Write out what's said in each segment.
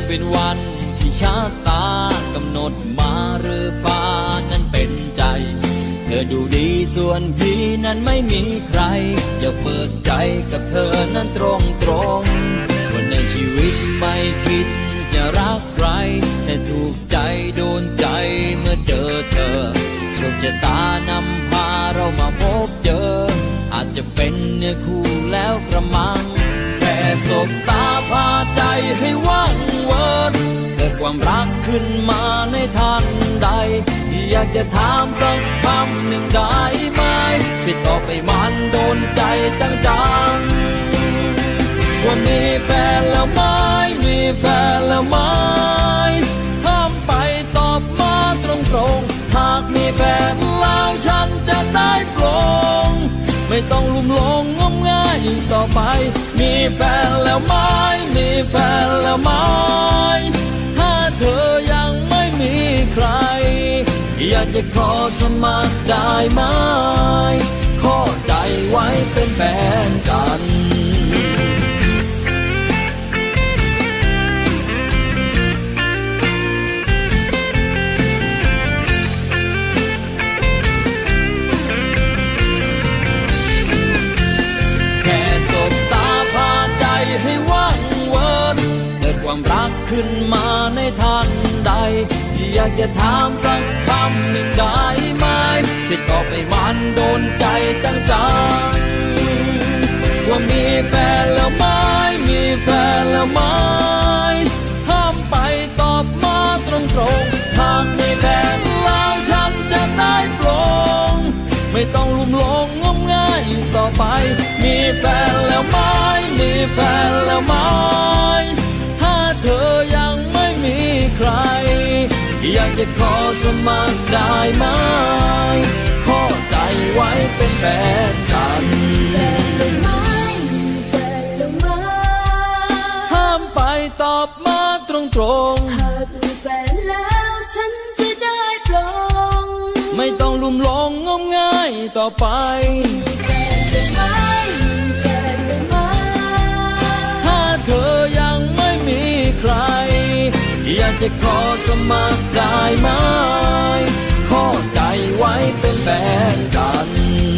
เป็นวันที่ชะตากำหนดมาหรือฟ้านั้นเป็นใจเธอดูดีส่วนพี่นั้นไม่มีใครอยากเปิดใจกับเธอนั้นตรงวันในชีวิตไม่คิดจะรักใครแต่ถูกใจโดนใจเมื่อเจอเธอโชคชะตานำพาเรามาพบเจออาจจะเป็นเนื้อคู่แล้วกระมังแค่สบตาพาใจให้ว่างเวิร์ดเกิดความรักขึ้นมาในทันใดอยากจะถามสักคำหนึ่งได้ไหมช่วยตอบไปมันโดนใจจังว่ามีแฟนแล้วไหมมีแฟนแล้วไหมห้ามไปตอบมาตรงหากมีแฟนแล้วฉันจะได้โปร่งไม่ต้องลุ่มหลงงมงายต่อไปมีแฟนแล้วไหมมีแฟนแล้วไหมถ้าเธอยังไม่มีใครอยากจะขอสมัครได้ไหมขอใจไว้เป็นแฟนกันให้ว่างเวิร์ดเกิดความรักขึ้นมาในทันใดอยากจะถามสักคำหนึ่งได้ไหมช่วยตอบให้มันโดนใจจังว่ามีแฟนแล้วไหมมีแฟนแล้วไหมห้ามไปตอบมาตรงหากมีแฟนแล้วฉันจะได้โปร่งไม่ต้องลุ่มหลงงมงายต่อไปมีแฟนแล้วไหมมีแฟนแล้วไหมถ้าเธอยังไม่มีใครอยากจะขอสมัครได้ไหมขอใจไว้เป็นแฟนกันห้ามไปตอบมาตรงหากมีแฟนแล้วฉันจะได้ปลงไม่ต้องลุ่มหลงงมงายต่อไปเธอยังไม่มีใครอยากจะขอสมัครได้ไหมขอใจไว้เป็นแฟนกัน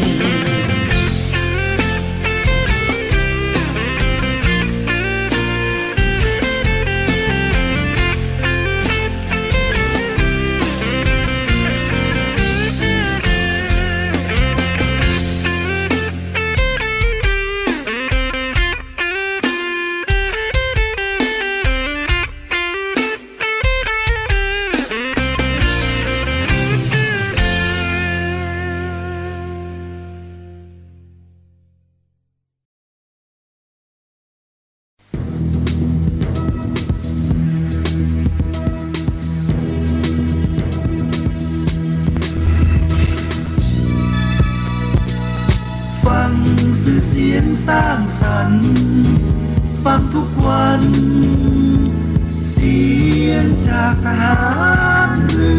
เสียงสร้างสรรค์ฟังทุกวันเสียงจากทหารเรือ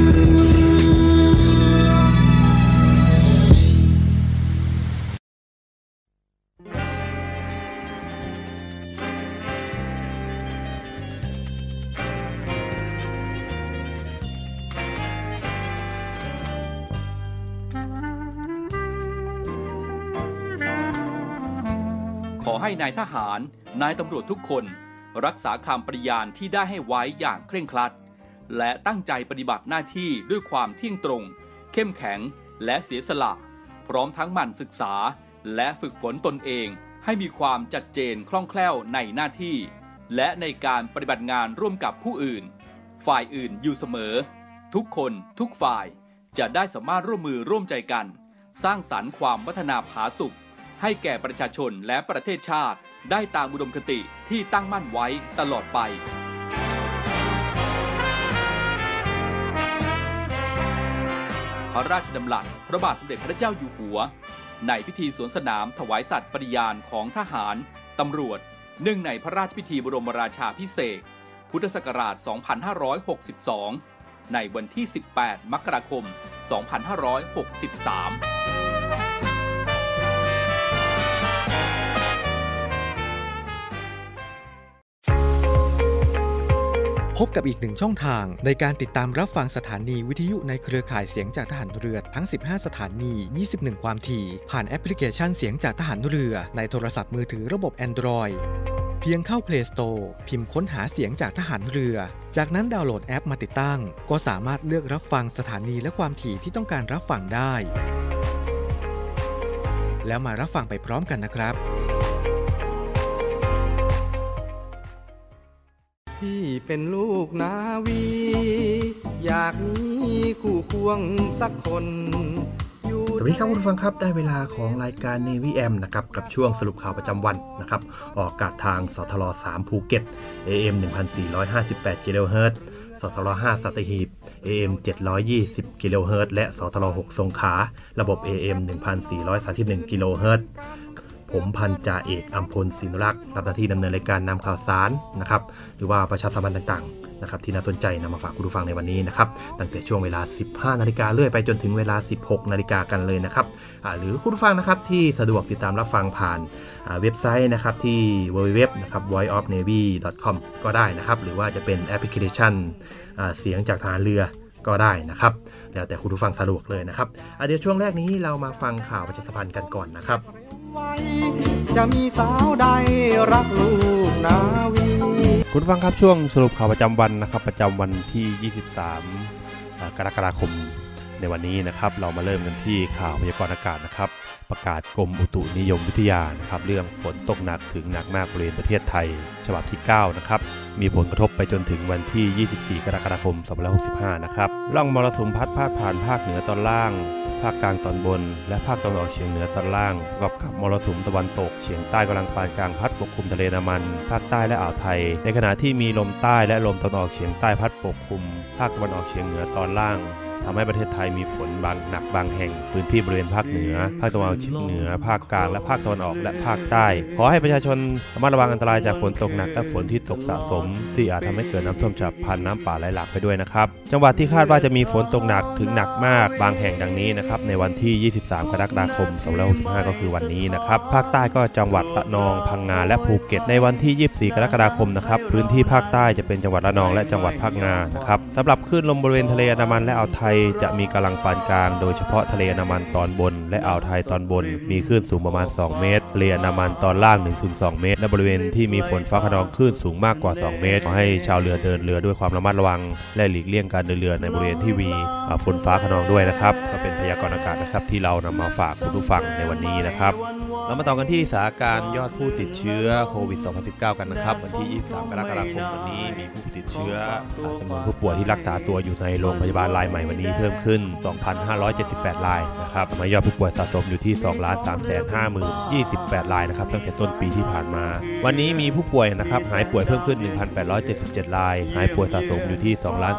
ขอให้นายทหารนายตำรวจทุกคนรักษาคำปฏิญาณที่ได้ให้ไว้อย่างเคร่งครัดและตั้งใจปฏิบัติหน้าที่ด้วยความเที่ยงตรงเข้มแข็งและเสียสละพร้อมทั้งหมั่นศึกษาและฝึกฝนตนเองให้มีความชัดเจนคล่องแคล่วในหน้าที่และในการปฏิบัติงานร่วมกับผู้อื่นฝ่ายอื่นอยู่เสมอทุกคนทุกฝ่ายจะได้สามารถร่วมมือร่วมใจกันสร้างสรรค์ความพัฒนาผาสุกให้แก่ประชาชนและประเทศชาติได้ตามอุดมคติที่ตั้งมั่นไว้ตลอดไปพระราชดำรัสพระบาทสมเด็จพระเจ้าอยู่หัวในพิธีสวนสนามถวายสัตย์ปฏิญาณของทหารตำรวจเนื่องในพระราชพิธีบรมราชาภิเษกพุทธศักราช 2562 ในวันที่ 18 มกราคม 2563 พบกับอีกหนึ่งช่องทางในการติดตามรับฟังสถานีวิทยุในเครือข่ายเสียงจากทหารเรือทั้ง15สถานี21ความถี่ผ่านแอปพลิเคชันเสียงจากทหารเรือในโทรศัพท์มือถือระบบ Android เพียงเข้า Play Store พิมพ์ค้นหาเสียงจากทหารเรือจากนั้นดาวน์โหลดแอปมาติดตั้งก็สามารถเลือกรับฟังสถานีและความถี่ที่ต้องการรับฟังได้แล้วมารับฟังไปพร้อมกันนะครับพี่เป็นลูกนาวีอยากมีคู่ควงสักคนสวัสดีครับคุณผู้ฟังครับได้เวลาของรายการ Navy AM นะครับกับช่วงสรุปข่าวประจำวันนะครับออกอากาศทางสทร3ภูเก็ต AM 1458 กิโลเฮิรตซ์สทร5สัตหีบ AM 720 กิโลเฮิรตซ์และสทร6สงขลาระบบ AM 1431 กิโลเฮิรตซ์ผมพันจ่าเอกอัมพลศินรักษ์รับหน้าที่ดำเนินรายการนำข่าวสารนะครับหรือว่าประชาสัมพันธ์ต่างๆนะครับที่น่าสนใจนำมาฝากคุณผู้ฟังในวันนี้นะครับตั้งแต่ช่วงเวลา 15 นาฬิกาเรื่อยไปจนถึงเวลา 16 นาฬิกากันเลยนะครับหรือคุณผู้ฟังนะครับที่สะดวกติดตามรับฟังผ่านเว็บไซต์นะครับที่ www นะครับ voiceofnavy.com ก็ได้นะครับหรือว่าจะเป็นแอปพลิเคชันเสียงจากทหารเรือก็ได้นะครับแล้วแต่คุณผู้ฟังสะดวกเลยนะครับเดี๋ยวช่วงแรกนี้เรามาฟังข่าวประชาสัมพันธ์กันก่อนนะครับจะมีสาวใดรักลูกนาวีคุณฟังครับช่วงสรุปข่าวประจำวันนะครับประจำวันที่ 23 กรกฎาคมในวันนี้นะครับเรามาเริ่มกันที่ข่าวพยากรณ์อากาศนะครับประกาศกรมอุตุนิยมวิทยานะครับเรื่องฝนตกหนักถึงหนักมากบริเวณประเทศไทยฉบับที่9นะครับมีผลกระทบไปจนถึงวันที่ 24 กรกฎาคม 2565นะครับร่องมรสุมพัดพาดผ่านภาคเหนือตอนล่างภาคกลางตอนบนและภาคตะวันออกเฉียงเหนือตอนล่างประกอบกับมรสุมตะวันตกเฉียงใต้กำลังปานกลางพัดปกคลุมทะเลอันดามันภาคใต้และอ่าวไทยในขณะที่มีลมใต้และลมตะวันออกเฉียงใต้พัดปกคลุมภาคตะวันออกเฉียงเหนือตอนล่างทำให้ประเทศไทยมีฝนบางหนักบางแห่งพื้นที่บริเวณภาคเหนือภาคตะวันออกเฉียงเหนือภาคกลางและภาคตะวันออกและภาคใต้ขอให้ประชาชนระมัดระวังอันตรายจากฝนตกหนักและฝนที่ตกสะสมที่อาจทำให้เกิดน้ำท่วมฉับพลันน้ำป่าไหลหลากไปด้วยนะครับจังหวัดที่คาดว่าจะมีฝนตกหนักถึงหนักมากบางแห่งดังนี้นะครับในวันที่ 23 กรกฎาคม 2565ก็คือวันนี้นะครับภาคใต้ก็จังหวัดระนองพังงาและภูเก็ตในวันที่ 24 กรกฎาคมนะครับพื้นที่ภาคใต้จะเป็นจังหวัดระนองและจังหวัดพังงานะครับสำหรับคลื่นลมบริเวณทะเลอันดามันและอ่าวไทยจะมีกำลังปานกลางโดยเฉพาะทะเลอันดามันตอนบนและอ่าวไทยตอนบนมีคลื่นสูงประมาณ2เมตรทะเลอันดามันตอนล่าง 1-2 เมตรและบริเวณที่มีฝนฟ้าคะนองคลื่นสูงมากกว่า2เมตรขอให้ชาวเรือเดินเรือด้วยความระมัดระวังและหลีกเลี่ยงการเดินเรือในบริเวณที่มีฝนฟ้าคะนองด้วยนะครับก็เป็นพยากรณ์อากาศนะครับที่เรานำมาฝากคุณผู้ฟังในวันนี้นะครับเรามาต่อกันที่สถานการณ์ยอดผู้ติดเชื้อโควิด 2019 กันนะครับวันที่ 23 กรกฎาคมวันนี้มีผู้ติดเชื้อจำนวนผู้ป่วยที่รักษาตัวอยู่ในโรงพยาบาลรายใหม่วันนี้เพิ่มขึ้น 2,578 รายนะครับทำให้ยอดผู้ป่วยสะสมอยู่ที่ 2,350,28 รายนะครับตั้งแต่ต้นปีที่ผ่านมาวันนี้มีผู้ป่วยนะครับหายป่วยเพิ่มขึ้น 1,877 รายหายป่วยสะสมอยู่ที่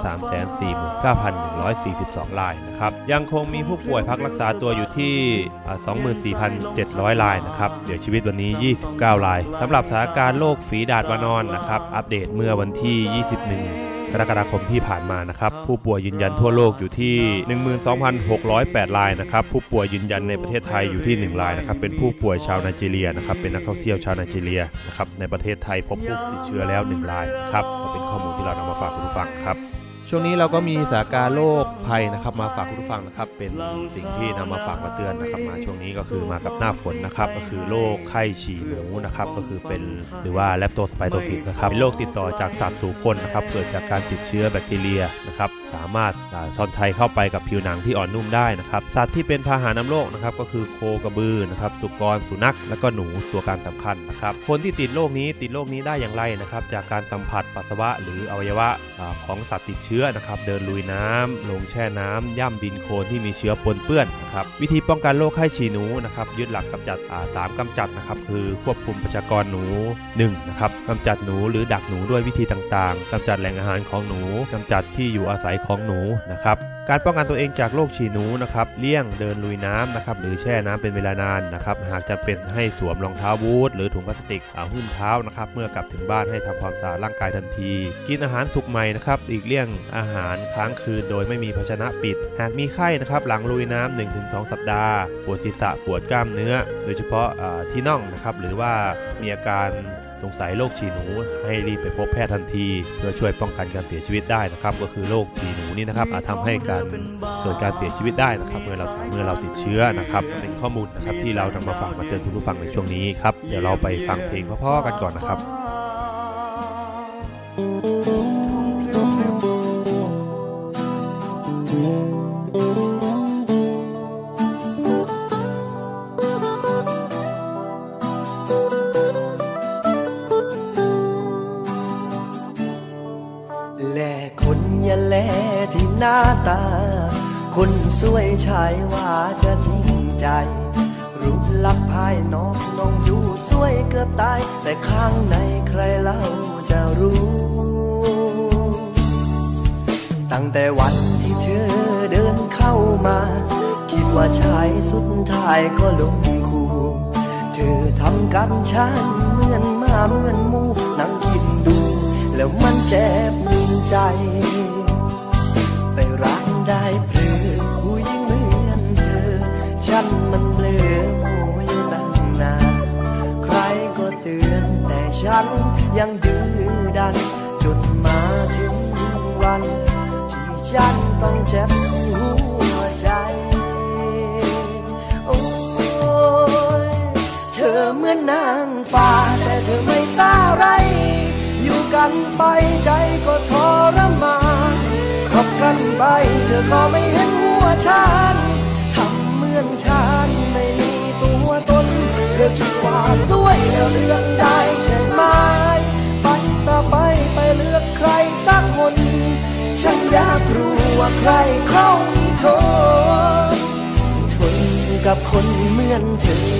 2,349,142 รายนะครับยังคงมีผู้ป่วยพักรักษาตัวอยู่ที่ 24,700 รายนะครับเสียชีวิตวันนี้29รายสำหรับสถานการณ์โรคฝีดาษวานอนนะครับอัปเดตเมื่อวันที่ 21 กรกฎาคมที่ผ่านมานะครับผู้ป่วยยืนยันทั่วโลกอยู่ที่ 12,608 รายนะครับผู้ป่วยยืนยันในประเทศไทยอยู่ที่1รายนะครับเป็นผู้ป่วยชาวไนจีเรียนะครับเป็นนักท่องเที่ยวชาวไนจีเรียนะครับในประเทศไทยพบผู้ติดเชื้อแล้ว1รายนะครับก็เป็นข้อมูลที่เรานำมาฝากคุณผู้ฟังครับช่วงนี้เราก็มีสถานการณ์โรคภัยนะครับมาฝากคุณผู้ฟังนะครับเป็นสิ่งที่นำมาฝากมาเตือนนะครับมาช่วงนี้ก็คือมากับหน้าฝนนะครับก็คือโรคไข้ฉี่หนูนะครับก็คือเป็นหรือว่าแลปโตสไปโรซิสนะครับเป็นโรคติดต่อจากสัตว์สู่คนนะครับเกิดจากการติดเชื้อแบคทีเรียนะครับสามารถซ่อนชัยเข้าไปกับผิวหนังที่อ่อนนุ่มได้นะครับสัตว์ที่เป็นพาหะนำโรคนะครับก็คือโคกระบือนะครับสุกรสุนัขและก็หนูตัวการสำคัญนะครับคนที่ติดโรคนี้ได้อย่างไรนะครับจากการสัมผัสปัสสาวะหรืออวัยวะของสัตว์ติดเชื้อนะครับเดินลุยน้ำลงแช่น้ำย่ำดินโคลนที่มีเชื้อปนเปื้อนนะครับวิธีป้องกันโรคไข้ฉี่หนูนะครับยึดหลักกำจัด3กำจัดนะครับคือควบคุมประชากรหนู1นะครับกำจัดหนูหรือดักหนูด้วยวิธีต่างๆกำจัดแหล่งอาหารของหนูกำจัดที่อยู่อาศัยของหนูนะครับการป้องกันตัวเองจากโรคฉี่หนูนะครับเลี่ยงเดินลุยน้ำนะครับหรือแช่น้ำเป็นเวลานานนะครับหากจะเป็นให้สวมรองเท้าบูทหรือถุงพลาสติกหุ้มเท้านะครับเมื่อกลับถึงบ้านให้ทำความสะอาดร่างกายทันทีกินอาหารสุกใหม่นะครับหลีกเลี่ยงอาหารค้างคืนโดยไม่มีภาชนะปิดหากมีไข้นะครับหลังลุยน้ำ 1-2 สัปดาห์ปวดศีรษะปวดกล้ามเนื้อโดยเฉพาะที่น่องนะครับหรือว่ามีอาการสงสัยโรคฉี่หนูให้รีบไปพบแพทย์ทันทีเพื่อช่วยป้องกันการเสียชีวิตได้นะครับก็คือโรคฉี่หนูนี่นะครับอาจทำให้เกิดการเสียชีวิตได้นะครับเมื่อเราติดเชื้อนะครับเป็นข้อมูลนะครับที่เรานำมาฝากมาเตือนคุณผู้ฟังในช่วงนี้ครับเดี๋ยวเราไปฟังเพลงเพราะๆกันก่อนนะครับหน้าตาคนสวยชายว่าจะจริงใจรูปลักษณ์ภายนอกน้องดูสวยเกือบตายแต่ข้างในใครเล่าจะรู้ตั้งแต่วันที่เธอเดินเข้ามาคิดว่าชายสุดท้ายก็ลงคูเธอทำกันฉันเหมือนมาเหมือนมูนั่งคิดดูแล้วมันเจ็บใจไปรักได้เปลือกผู้หญิงเหมือนเธอฉันมันเบลอโมอยู่ตั้งนานใครก็เตือนแต่ฉันยังดื้อดันจนมาถึงวันที่ฉันต้องเจ็บหัวใจโอ้ยเธอเหมือนนางฟ้าแต่เธอไม่สาไรอยู่กันไปใจก็ทรมานคบกันไปเธอก็ไม่เห็นหัวฉันทำเหมือนฉันไม่มีตัวตนเธอคิดว่าสวยแล้วเลือกได้ใช่ไหมไปต่อไปเลือกใครสักคนฉันอยากรู้ว่าใครเขามีโทษทนกับคนเหมือนเธอ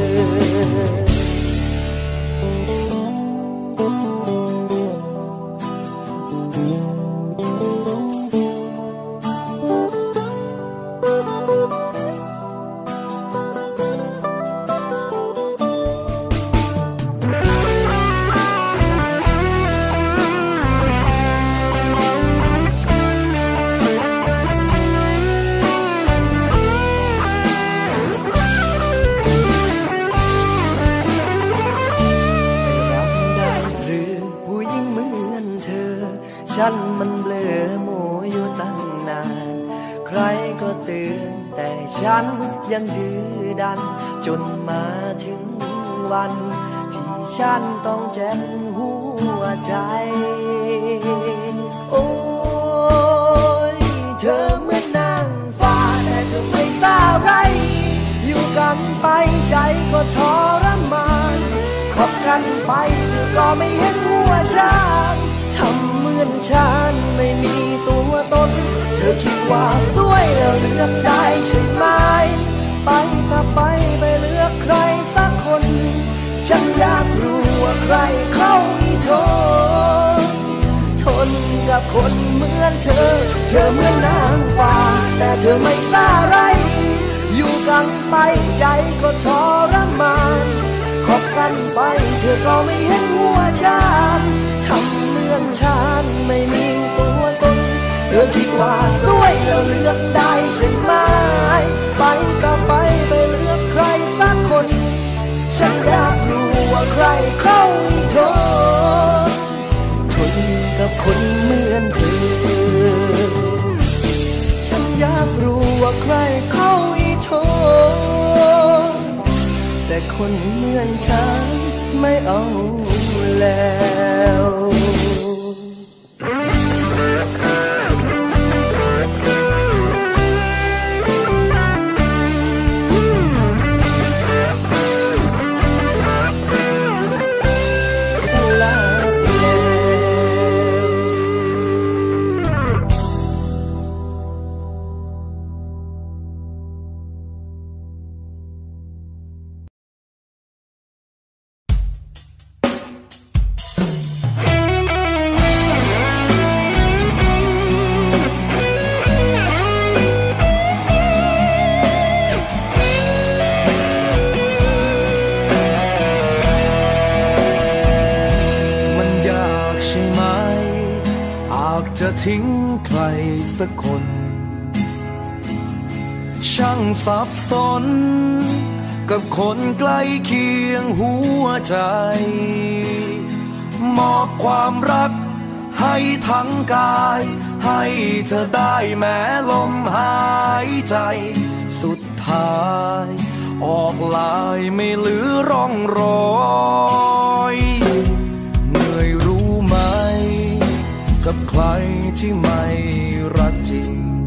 ฉันมันเบลอโมอยู่ตั้งนานใครก็เตือนแต่ฉันยังดื้อดันจนมาถึงวันที่ฉันต้องเจ็บหัวใจโอ้ยเธอเหมือนนางฟ้าแต่เธอไม่สาไรอยู่กันไปใจก็ทรมานคบกันไปเธอก็ไม่เห็นหัวฉันทำเหมือนฉันไม่มีตัวตนเธอคิดว่าสวยแล้วเลือกได้ใช่ไหมไปก็ไปเลือกใครสักคนฉันอยากรู้ว่าใครเขามีโทษทนกับคนเหมือนเธอเหมือนนางฟ้าแต่เธอไม่สาไรอยู่กันไปใจก็ทรมานคบกันไปเธอก็ไม่เห็นหัวฉันทำเหมือนฉันไม่มีตัวตนเธอคิดว่าสวยแล้วเลือกได้ใช่ไหมไปก็ไปเลือกใครสักคนฉันอยากรู้ว่าใครเขามีโทษทนกับคนเหมือนเธอฉันอยากรู้ว่าใครเขามีโทษแต่คนเหมือนฉันไม่เอาแล้วากจะทิ้งใครสักคนช่างสับสนกับคนใกล้เคียงหัวใจมอบความรักให้ทั้งกายให้เธอได้แม้ลมหายใจสุดท้ายออกลายไม่เหลือร่องรอยเหนื่อยรู้ไหมกับใครที่ไม่รักจริง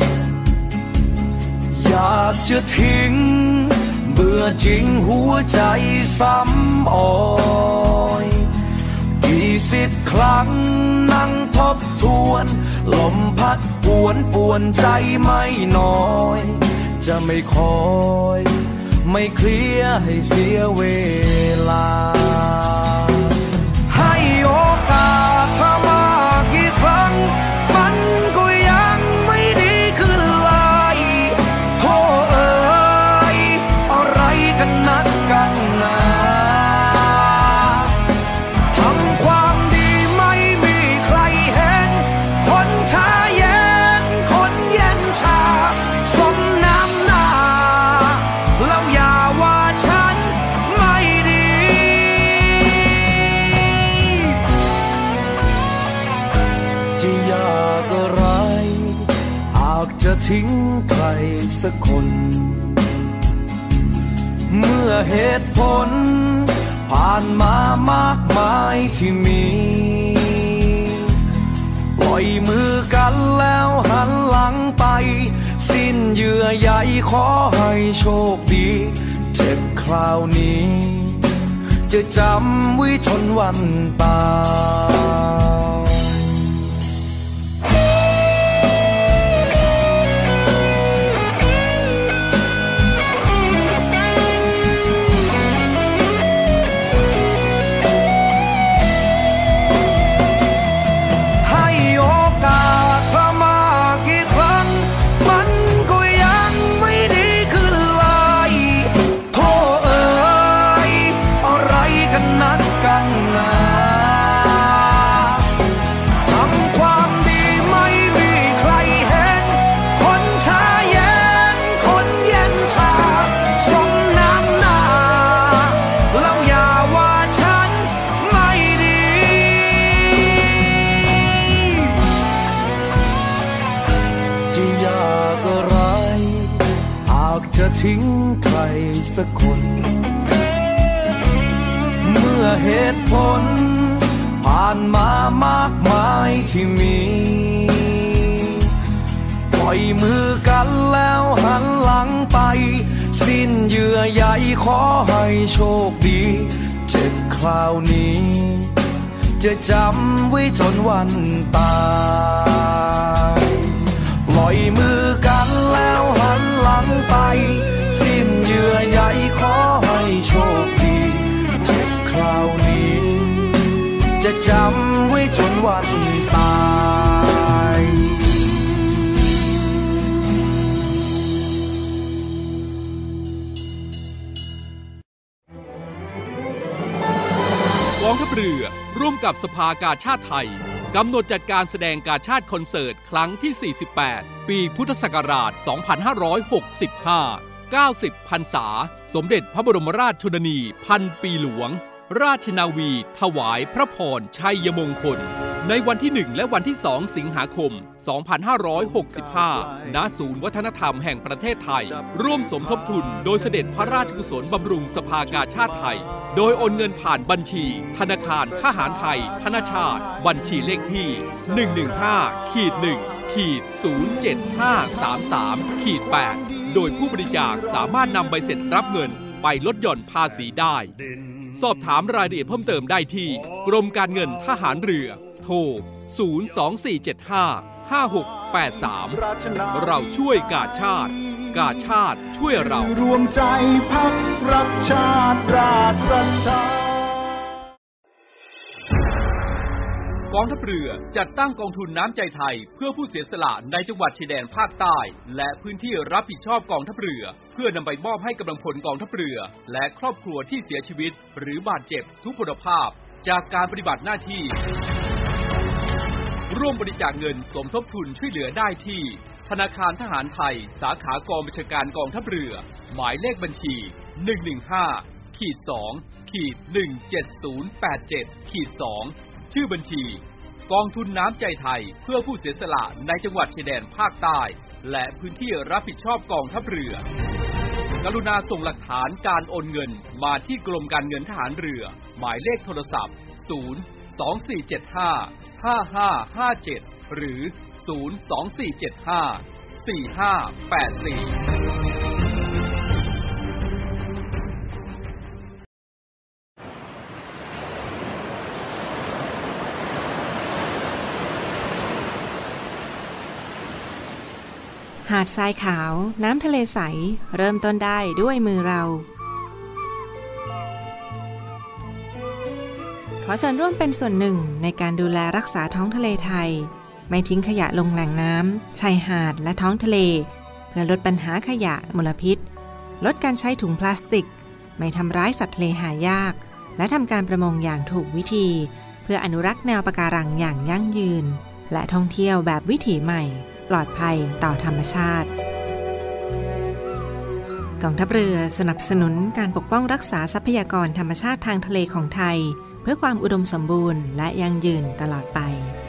อยากจะทิ้งเบื่อจริงหัวใจซ้ำอ่อยกี่สิบครั้งนั่งทบทวนลมพัดปวนใจไม่น้อยจะไม่คอยไม่เคลียร์ให้เสียเวลาให้โอกาสเธอมากี่ครั้งมันก็ยังไม่ดีขึ้นเลยโธ่เอ๋ยอะไรกันนักกันหนาทำความดีไม่มีใครเห็นคนช้าเย็นคนเย็นชาสมน้ำหน้าแล้วอย่าว่าฉันไม่ดีจะอยากอะไรอาจจะทิ้งใครสักคนเมื่อเหตุผลผ่านมามากมายที่มีปล่อยมือกันแล้วหันหลังไปสิ้นเยื่อใยขอให้โชคดีเจ็บคราวนี้จะจำไว้จนวันตายทิ้งใครสักคนเมื่อเหตุผลผ่านมามากมายที่มีปล่อยมือกันแล้วหันหลังไปสิ้นเยื่อใยขอให้โชคดีเจ็บคราวนี้จะจำไว้จนวันตายปล่อยมือกันแล้วหันหลังไปสิ้นเยื่อใยขอให้โชคดีเจ็บคราวนี้จะจำไว้จนวันตายกองทัพเรือร่วมกับสภากาชาดไทยกำหนดจัดการแสดงกาชาดคอนเสิร์ตครั้งที่ 48 ปีพุทธศักราช 2565 90 พรรษาสมเด็จพระบรมราชชนนีพันปีหลวงราชนาวีถวายพระพรชัยมงคลในวันที่ 1 และวันที่ 2 สิงหาคม 2565 ณ ศูนย์วัฒนธรรมแห่งประเทศไทยร่วมสมทบทุนโดยเสด็จพระราชกุศลบำรุงสภากาชาดไทยโดยโอนเงินผ่านบัญชีธนาคารทหารไทยธนชาติบัญชีเลขที่ 115-1-07533-8 โดยผู้บริจาคสามารถนำใบเสร็จรับเงินไปลดหย่อนภาษีได้สอบถามรายละเอียดเพิ่มเติมได้ที่กรมการเงินทหารเรือโทร 024755683 เราช่วยกาชาดกาชาดช่วยเรารวมใจพักรักชาติราชศรัทธากองทัพเรือจัดตั้งกองทุนน้ำใจไทยเพื่อผู้เสียสละในจังหวัดชายแดนภาคใต้และพื้นที่รับผิดชอบกองทัพเรือเพื่อนำไปมอบให้กำลังพลกองทัพเรือและครอบครัวที่เสียชีวิตหรือบาดเจ็บทุพพลภาพจากการปฏิบัติหน้าที่ร่วมบริจาคเงินสมทบทุนช่วยเหลือได้ที่ธนาคารทหารไทยสาขากองบัญชาการกองทัพเรือหมายเลขบัญชี 115-2-17087-2 ชื่อบัญชีกองทุนน้ำใจไทยเพื่อผู้เสียสละในจังหวัดชายแดนภาคใต้และพื้นที่รับผิดชอบกองทัพเรือกรุณาส่งหลักฐานการโอนเงินมาที่กรมการเงินทหารเรือหมายเลขโทรศัพท์ 02475-5557 หรือ 02475-4584 หาดทรายขาวน้ำทะเลใสเริ่มต้นได้ด้วยมือเราขอส่วนร่วมเป็นส่วนหนึ่งในการดูแลรักษาท้องทะเลไทยไม่ทิ้งขยะลงแหล่งน้ำชายหาดและท้องทะเลเพื่อลดปัญหาขยะมลพิษลดการใช้ถุงพลาสติกไม่ทำร้ายสัตว์ทะเลหายากและทำการประมงอย่างถูกวิธีเพื่ออนุรักษ์แนวปะการังอย่างยั่งยืนและท่องเที่ยวแบบวิถีใหม่ปลอดภัยต่อธรรมชาติกองทัพเรือสนับสนุนการปกป้องรักษาทรัพยากรธรรมชาติทางทะเลของไทยเพื่อความอุดมสมบูรณ์และยั่งยืนตลอดไป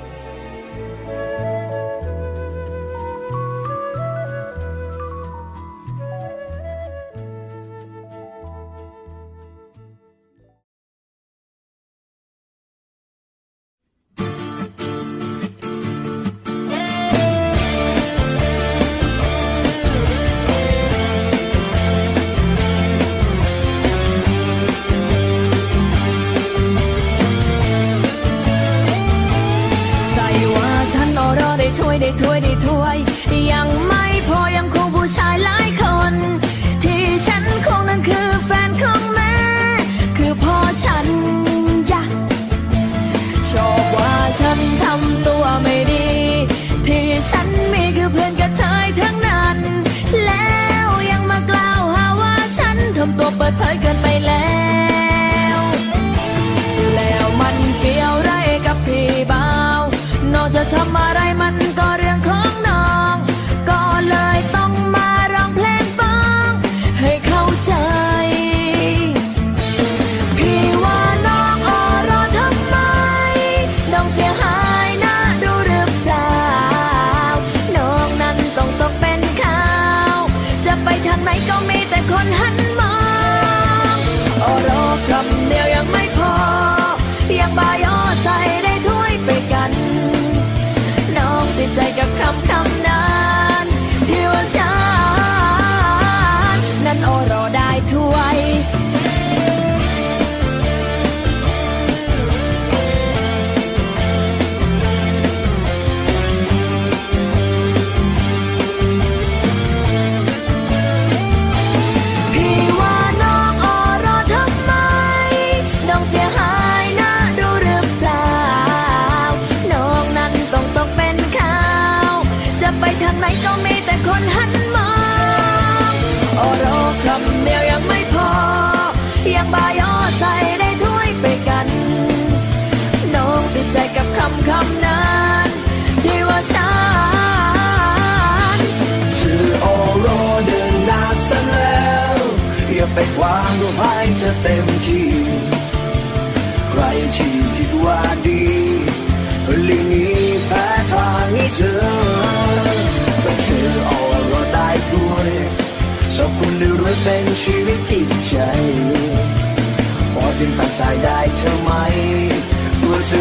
ได้ถ้วยยังไม่พอยังคงผู้ชายหลายคนที่ฉันคงนั้นคือแฟนของแม่คือพ่อฉันอยากชอบว่าฉันทำตัวไม่ดีที่ฉันมีคือเพื่อนกระเทยทั้งนั้นแล้วยังมากล่าวหาว่าฉันทำตัวเปิดเผยเกินไปแล้วมันเกี่ยวไรกับพี่บ่าวนอกจะทำอะไรมันก็เรื่องของน้องก็เลยต้องมาร้องเพลงฟังให้เข้าใจพี่ว่าน้องอรอทำไมน้องเสียหายนะดูหรือเปล่าน้องนั้นต้องตกเป็นข่าวจะไปทางไหนก็มีแต่คนหันมองอรอคำเดียวยังไม่พอยังบายอใจได้ถ้วยไปกันน้องติดใจกับคำนั้นที่ว่าฉันนั้นโอรอได้ถ้วยพี่ว่าน้องโอรอทำไมน้องเสียหายนะดูหรือเปล่าน้องนั้นต้องตกเป็นข่าวจะไปทางไหนก็มีแต่คนหันมองโอรอคำเดียวยังไม่พอยังบายอใจได้ถ้วยไปกันน้องติดใจกับคำนั้นที่ว่าฉันชื่อโอรอเดินหน้าซะแล้วอย่าไปวางรูปให้จะเต็มที่ใครที่คิดว่าดีลิงนี้แพ้ทางนี้เธอแต่เธอออกรอได้ด้วยชอบคุณได้รวยเป็นชีวิตจิตใจพอจึงตั้งใจได้เธอไหมตัวเธอ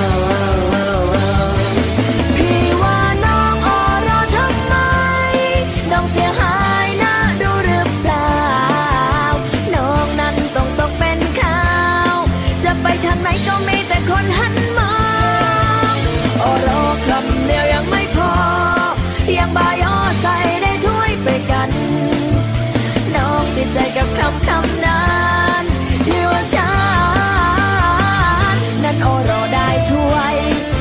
พี่ว่าน้องอรอทำไมน้องเสียหายนะดูหรือเปล่าน้องนั้นต้องตกเป็นข่าวจะไปทางไหนก็มีแต่คนหันมองโอรอคำเดียวยังไม่พอยังบายอใจได้ถ้วยไปกันน้องติดใจกับคำนั้นที่ว่าฉันนั้นโอรอได้ถ้วย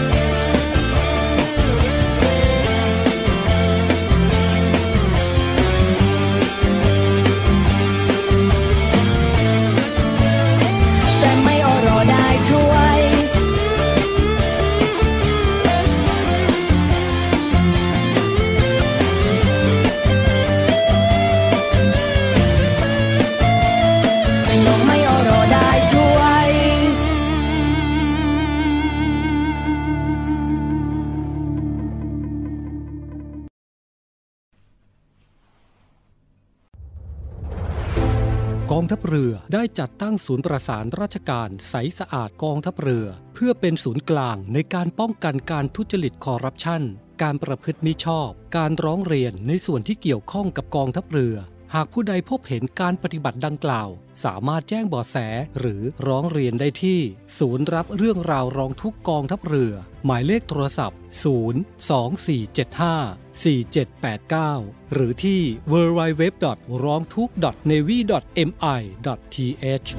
กองทัพเรือได้จัดตั้งศูนย์ประสานราชการใสสะอาดกองทัพเรือเพื่อเป็นศูนย์กลางในการป้องกันการทุจริตคอร์รัปชันการประพฤติมิชอบการร้องเรียนในส่วนที่เกี่ยวข้องกับกองทัพเรือหากผู้ใดพบเห็นการปฏิบัติดังกล่าวสามารถแจ้งเบาะแสหรือร้องเรียนได้ที่ศูนย์รับเรื่องราวร้องทุกข์กองทัพเรือหมายเลขโทรศัพท์024754789หรือที่ www.rongthuk.navy.mi.th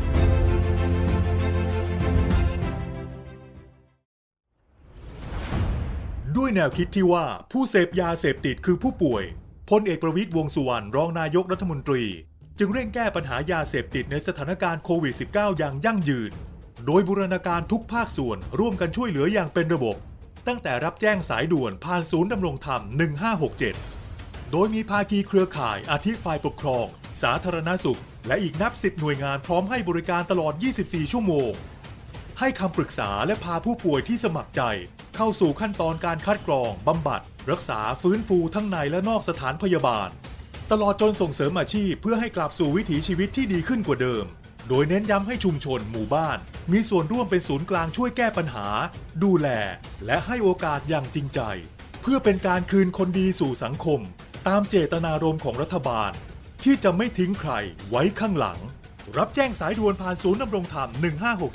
ด้วยแนวคิดที่ว่าผู้เสพยาเสพติดคือผู้ป่วยพลเอกประวิตร วงษ์สุวรรณรองนายกรัฐมนตรีจึงเร่งแก้ปัญหายาเสพติดในสถานการณ์โควิด -19 อย่างยั่งยืนโดยบูรณาการทุกภาคส่วนร่วมกันช่วยเหลืออย่างเป็นระบบตั้งแต่รับแจ้งสายด่วนผ่านศูนย์ดำรงธรรม 1567 โดยมีภาคีเครือข่ายอาทิฝ่ายปกครองสาธารณสุขและอีกนับ10หน่วยงานพร้อมให้บริการตลอด 24 ชั่วโมงให้คำปรึกษาและพาผู้ป่วยที่สมัครใจเข้าสู่ขั้นตอนการคัดกรองบำบัดรักษาฟื้นฟูทั้งในและนอกสถานพยาบาลตลอดจนส่งเสริมอาชีพเพื่อให้กลับสู่วิถีชีวิตที่ดีขึ้นกว่าเดิมโดยเน้นย้ำให้ชุมชนหมู่บ้านมีส่วนร่วมเป็นศูนย์กลางช่วยแก้ปัญหาดูแลและให้โอกาสอย่างจริงใจเพื่อเป็นการคืนคนดีสู่สังคมตามเจตนารมณ์ของรัฐบาลที่จะไม่ทิ้งใครไว้ข้างหลังรับแจ้งสายด่วนผ่านศูนย์ดำรงธรรม 1567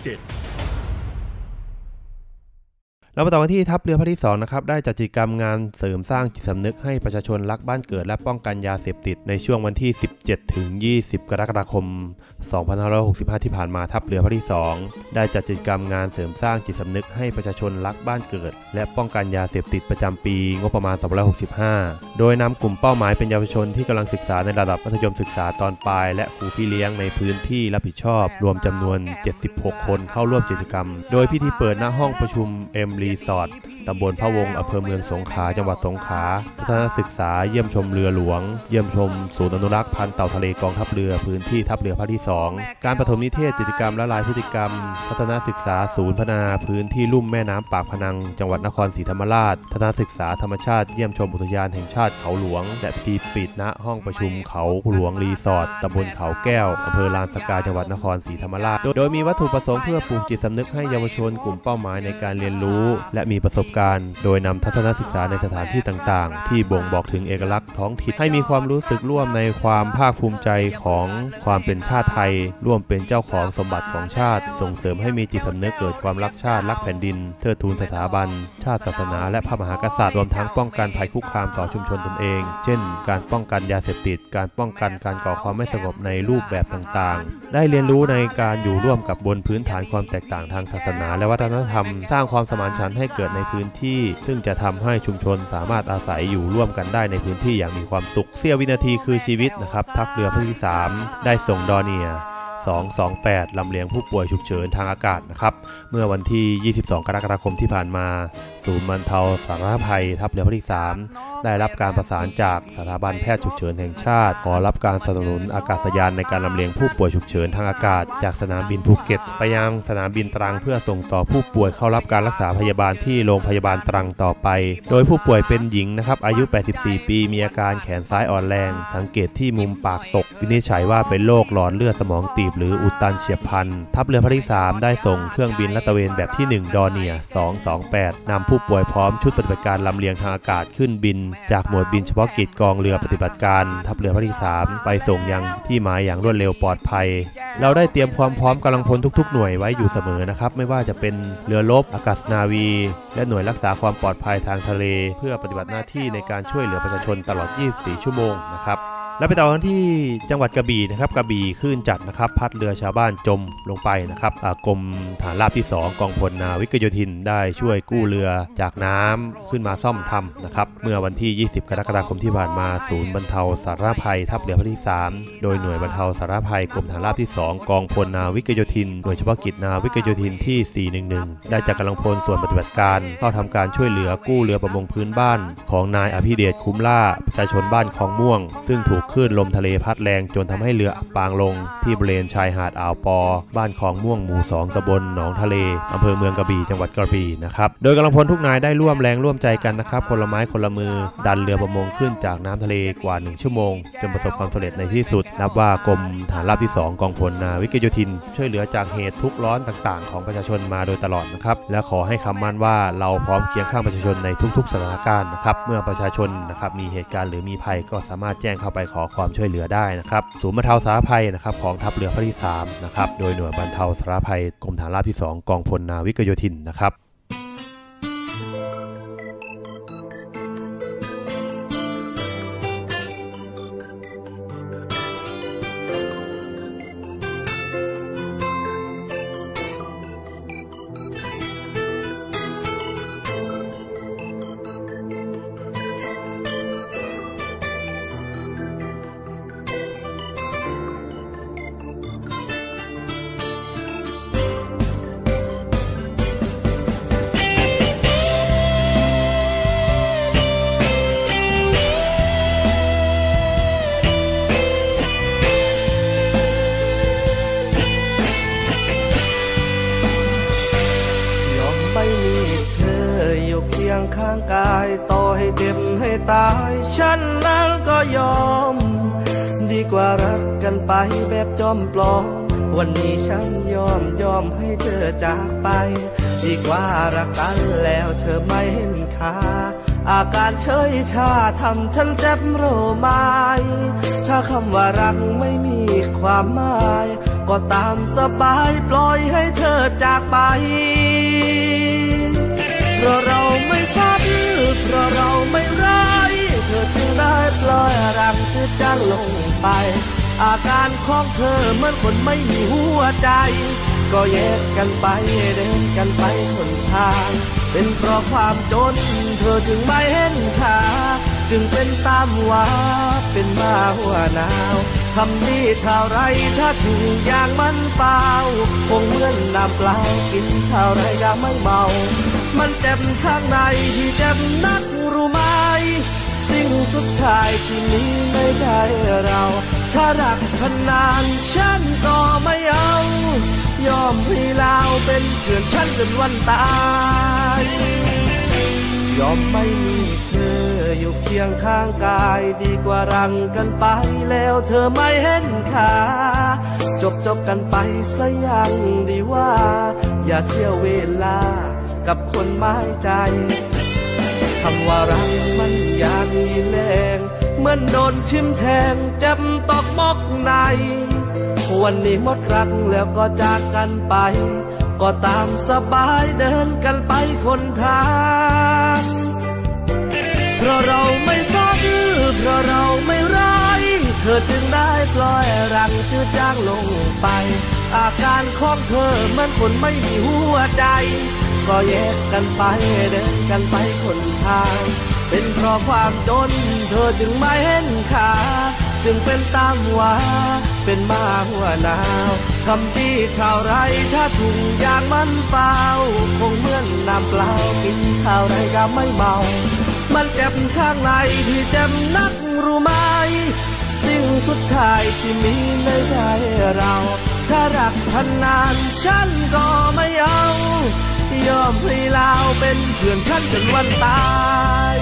เรามาต่อกันที่ทัพเรือภาคที่2นะครับได้จัดกิจกรรมงานเสริมสร้างจิตสำนึกให้ประชาชนรักบ้านเกิดและป้องกันยาเสพติดในช่วงวันที่17ถึง20กรกฎาคม2565ที่ผ่านมาทัพเรือภาคที่2ได้จัดกิจกรรมงานเสริมสร้างจิตสำนึกให้ประชาชนรักบ้านเกิดและป้องกันยาเสพติดประจำปีงบประมาณ2565โดยนำกลุ่มเป้าหมายเป็นเยาวชนที่กำลังศึกษาในระดับมัธยมศึกษาตอนปลายและครูพี่เลี้ยงในพื้นที่รับผิดชอบรวมจำนวน76คนเข้าร่วมกิจกรรมโดยพิธีเปิดณห้องประชุมรีสอร์ทตำบลพะวงอำเภอเมืองสงขลาจังหวัดสงขลาทัศนศึกษาเยี่ยมชมเรือหลวงเยี่ยมชมศูนย์อนุรักษ์พันธุ์เต่าทะเลกองทัพเรือพื้นที่ทัพเรือภาคที่2การปฐมนิเทศกิจกรรมละลายพฤติกรรมทัศนศึกษาศูนย์พัฒนาพื้นที่ลุ่มแม่น้ำปากพนังจังหวัดนครศรีธรรมราชทัศนศึกษาธรรมชาติเยี่ยมชมอุทยานแห่งชาติเขาหลวงและพิธีปิดณห้องประชุมเขาหลวงรีสอร์ทตำบลเขาแก้วอำเภอลานสกาจังหวัดนครศรีธรรมราชโดยมีวัตถุประสงค์เพื่อปลูกจิตสำนึกให้เยาวชนกลุ่มเป้าหมายในการเรียนรู้และมีประสบการณ์โดยนำทัศนศึกษาในสถานที่ต่างๆที่บ่งบอกถึงเอกลักษณ์ท้องถิ่นให้มีความรู้สึกร่วมในความภาคภูมิใจของความเป็นชาติไทยร่วมเป็นเจ้าของสมบัติของชาติส่งเสริมให้มีจิตสำนึกเกิดความรักชาติรักแผ่นดินเทิดทูนสถาบันชาติศาสนาและพระมหากษัตริย์รวมทั้งป้องกันภัยคุกคามต่อชุมชนตนเองเช่นการป้องกันยาเสพติดการป้องกันการก่อความไม่สงบในรูปแบบต่างๆได้เรียนรู้ในการอยู่ร่วมกับบนพื้นฐานความแตกต่างทางศาสนาและวัฒนธรรมสร้างความสมานฉันท์ให้เกิดในพื้นที่ซึ่งจะทำให้ชุมชนสามารถอาศัยอยู่ร่วมกันได้ในพื้นที่อย่างมีความสุขเสี้ยววินาทีคือชีวิตนะครับทัพเรือภาคที่3ได้ส่งดอเนีย228ลำเลียงผู้ป่วยฉุกเฉินทางอากาศนะครับเมื่อวันที่22กรกฎาคมที่ผ่านมาศูนย์บรรเทาสาธารณภัยทัพเรือภาคที่3ได้รับการประสานจากสถาบันแพทย์ฉุกเฉินแห่งชาติขอรับการสนับสนุนอากาศยานในการลำเลียงผู้ป่วยฉุกเฉินทางอากาศจากสนามบินภูเก็ตไปยังสนามบินตรังเพื่อส่งต่อผู้ป่วยเข้ารับการรักษาพยาบาลที่โรงพยาบาลตรังต่อไปโดยผู้ป่วยเป็นหญิงนะครับอายุ84ปีมีอาการแขนซ้ายอ่อนแรงสังเกตที่มุมปากตกวินิจฉัยว่าเป็นโรคหลอดเลือดสมองตีบหรืออุดตันเฉียบพลันทัพเรือภาคที่3ได้ส่งเครื่องบินลาดตระเวนแบบที่1ดอเนีย228นำผู้ป่วยพร้อมชุดปฏิบัติการลำเลียงทางอากาศขึ้นบินจากหมวดบินเฉพาะกิจกองเรือปฏิบัติการทัพเรือภาคที่3ไปส่งยังที่หมายอย่างรวดเร็วปลอดภัยเราได้เตรียมความพร้อมกำลังพลทุกๆหน่วยไว้อยู่เสมอนะครับไม่ว่าจะเป็นเรือรบอากาศนาวีและหน่วยรักษาความปลอดภัยทางทะเลเพื่อปฏิบัติหน้าที่ในการช่วยเหลือประชาชนตลอด24ชั่วโมงนะครับแล้วไปต่อกันที่จังหวัดกระบี่นะครับกระบี่คลื่นจัดนะครับพัดเรือชาวบ้านจมลงไปนะครับกรมฐานราบที่2กองพลนาวิกโยธินได้ช่วยกู้เรือจากน้ำขึ้นมาซ่อมทำนะครับเมื่อวันที่20กรกฎาคมที่ผ่านมาศูนย์บรรเทาสาธารณภัยทัพเรือภาคที่3โดยหน่วยบรรเทาสาธารณภัยกรมฐานราบที่2กองพลนาวิกโยธินหน่วยเฉพาะกิจนาวิกโยธินที่411ได้จัดกำลังพลส่วนปฏิบัติการเข้าทำการช่วยเหลือกู้เรือประมงพื้นบ้านของนายอภิเดชคุ้มล่าประชาชนบ้านคลองม่วงซึ่งถูกคลื่นลมทะเลพัดแรงจนทำให้เรืออับปางลงที่บริเวณชายหาดอ่าวปอบ้านคลองม่วงหมู่ 2 ตำบลหนองทะเลอำเภอเมืองกระบี่จังหวัดกระบี่นะครับโดยกำลังพลทุกนายได้ร่วมแรงร่วมใจกันนะครับคนละไม้คนละมือดันเรือประมงขึ้นจากน้ำทะเลกว่า1ชั่วโมงจนประสบความสำเร็จในที่สุดนับว่ากรมฐานราบที่2กองพลนาวิกโยธินช่วยเหลือจากเหตุทุกข์ร้อนต่างๆของประชาชนมาโดยตลอดนะครับและขอให้คำมั่นว่าเราพร้อมเคียงข้างประชาชนในทุกๆสถานการณ์นะครับเมื่อประชาชนนะครับมีเหตุการณ์หรือมีภัยก็สามารถแจ้งเข้าไปขอความช่วยเหลือได้นะครับศูนย์บรรเทาสาธารณภัยนะครับของทัพเรือภาคที่3นะครับโดยหน่วยบรรเทาสาธารณภัยกรมฐานราบที่2กองพลนาวิกโยธินนะครับข้างกายต่อให้เจ็บให้ตายฉันนั้นก็ยอมดีกว่ารักกันไปแบบจอมปลอมวันนี้ฉันยอมให้เธอจากไปดีกว่ารักกันแล้วเธอไม่เห็นค่าอาการเฉยชาทำฉันเจ็บโรมายถ้าคำว่ารักไม่มีความหมายก็ตามสบายปล่อยให้เธอจากไปเพราะเราไม่ซับเพราะเราไม่ร้ายเธอจึงได้ปล่อยรักเธอจางลงไปอาการของเธอเหมือนคนไม่มีหัวใจก็แยกกันไปเดินกันไปคนทางเป็นเพราะความจนเธอจึงไม่เห็นค่าจึงเป็นตามว่าเป็นมาหัวหนาวทำดีเท่าไรถ้าถึงอย่างมันเปล่าคงเหมือนน้ำเปล่ากินเท่าไรก็ไม่เมามันเจ็บข้างในที่เจ็บนักรู้ไหมสิ่งสุดท้ายที่มีในใจเราถ้ารักกันนานฉันก็ไม่เอายอมให้เราเป็นเพื่อนฉันจนวันตายยอมไม่มีเธออยู่เคียงข้างกายดีกว่ารังกันไปแล้วเธอไม่เห็นค่าจบกันไปซะยังดีว่าอย่าเสียเวลากับคนไม้ใจคำว่ารักมันอยากมีแรงเหมือนโดนทิ่มแทงเจ็บตอกมอกในวันนี้หมดรักแล้วก็จากกันไปก็ตามสบายเดินกันไปคนทางเพราะเราไม่ซ้ำเพราะเราไม่ร้ายเธอจึงได้ปล่อยรักจืดจางลงไปอาการของเธอเหมือนคนไม่มีหัวใจก็แยกกันไปเดินกันไปคนทางเป็นเพราะความจนเธอจึงไม่เห็นค่าจึงเป็นตามว่าเป็นมาหัวหนาวทำดีเท่าไรถ้าถุงยางมันเปล่าคงเหมือนน้ำเปล่ากินเท่าไรก็ไม่เมามันเจ็บข้างในที่เจ็บนักรู้ไหมสิ่งสุดท้ายที่มีในใจเราถ้ารักกันนานฉันก็ไม่เอายอมให้เราเป็นเพื่อนฉันจนวันตาย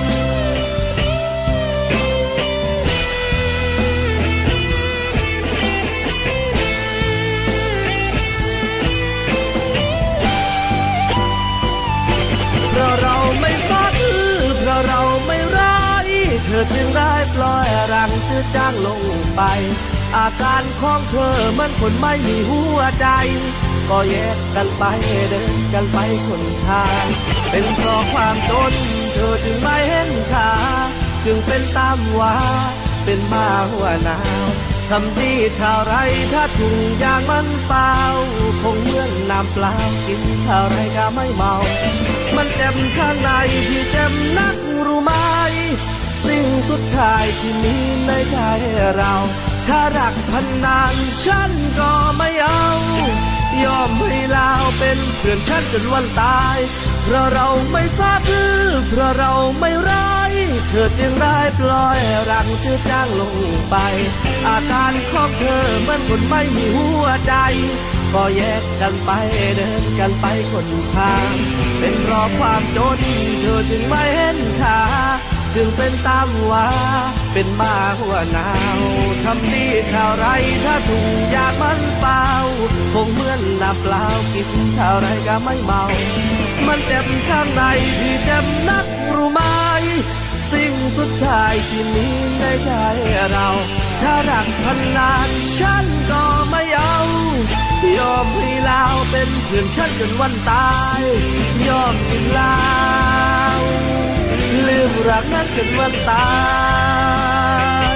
เพราะเราไม่ซัดเพราะเราไม่ร้ายเธอจึงได้ปล่อยรังจืดจางลงไปอาการของเธอเหมือนคนไม่มีหัวใจก็แยกกันไปเดินกันไปคนทางเป็นเพราะความจนเธอจึงไม่เห็นค่าจึงเป็นตามว่าเป็นมาหัวหนาวทำดีเท่าไรถ้าถุงยางมันเปล่าคงเหมือนน้ำเปล่ากินเท่าไรก็ไม่เมามันเจ็บข้างในที่เจ็บนักรู้ไหมสิ่งสุดท้ายที่มีในใจเราถ้ารักพันนานฉันก็ไม่เอายอมให้เราเป็นเพื่อนฉันจนวันตายเพราะเราไม่ซัดเพราะเราไม่ร้ายเธอจึงได้ปล่อยรังจืดจางลงไปอาการของเธอเหมือนคนไม่มีหัวใจก็แยกกันไปเดินกันไปคนทางเป็นเพราะความจนเธอจึงไม่เห็นค่าจึงเป็นตามว่าเป็นบ้าหัวหนาวทำดีเท่าไรถ้าถูกยามันเปล่าคงเหมือนน้ำเปล่ากินเท่าไรก็ไม่เมามันเจ็บข้างในที่เจ็บนักรู้ไหมสิ่งสุดท้ายที่มีในใจเราถ้ารักพันนานฉันก็ไม่เอายอมให้ลาวเป็นเพื่อนฉันจนวันตายยอมกินลาวลืมรักนั้นจนวันตาย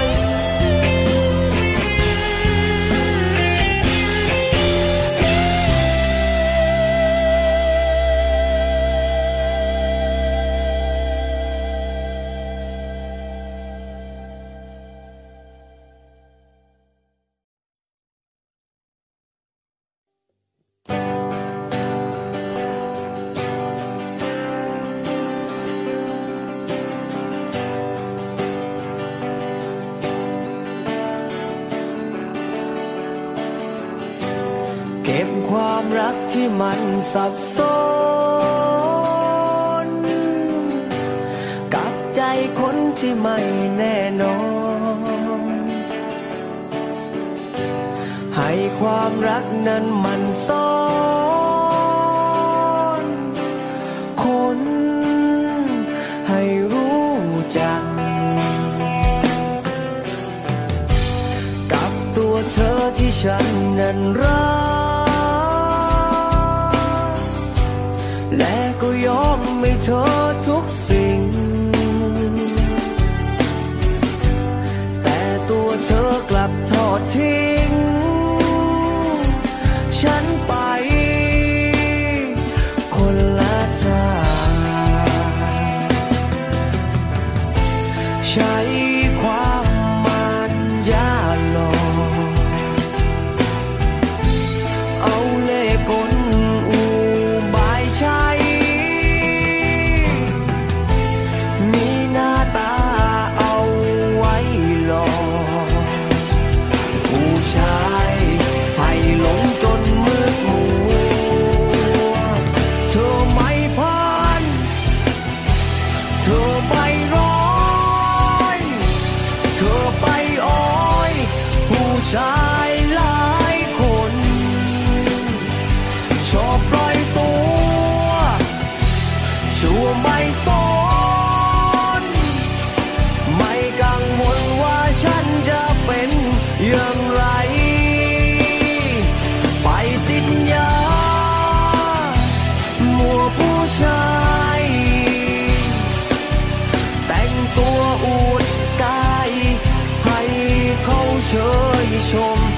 เก็บความรักที่มันสับสนกับใจคนที่ไม่แน่นอนให้ความรักนั้นมันซ่อนคนให้รู้จักกับตัวเธอที่ฉันนั้นรักและก็ยอมให้เธอทุกสิ่งแต่ตัวเธอกลับทอดทิ้งฉันไปคนละทางใช้ความมันยาหลอกเอาเล่ห์กลใช่มีหน้าตาเอาไว้หลอกผู้ชายให้หลงจนมืดมัวเธอไม่ผ่านเธอไปร้อยเธอไปอ้อยผู้ชายหลายคนชอบปล่อยตัวชัวร์ไม่สนไม่กังวลว่าฉันจะเป็นอย่างไรไปติดยามัวผู้ชายแต่งตัวอวดกายให้เขาเชยชม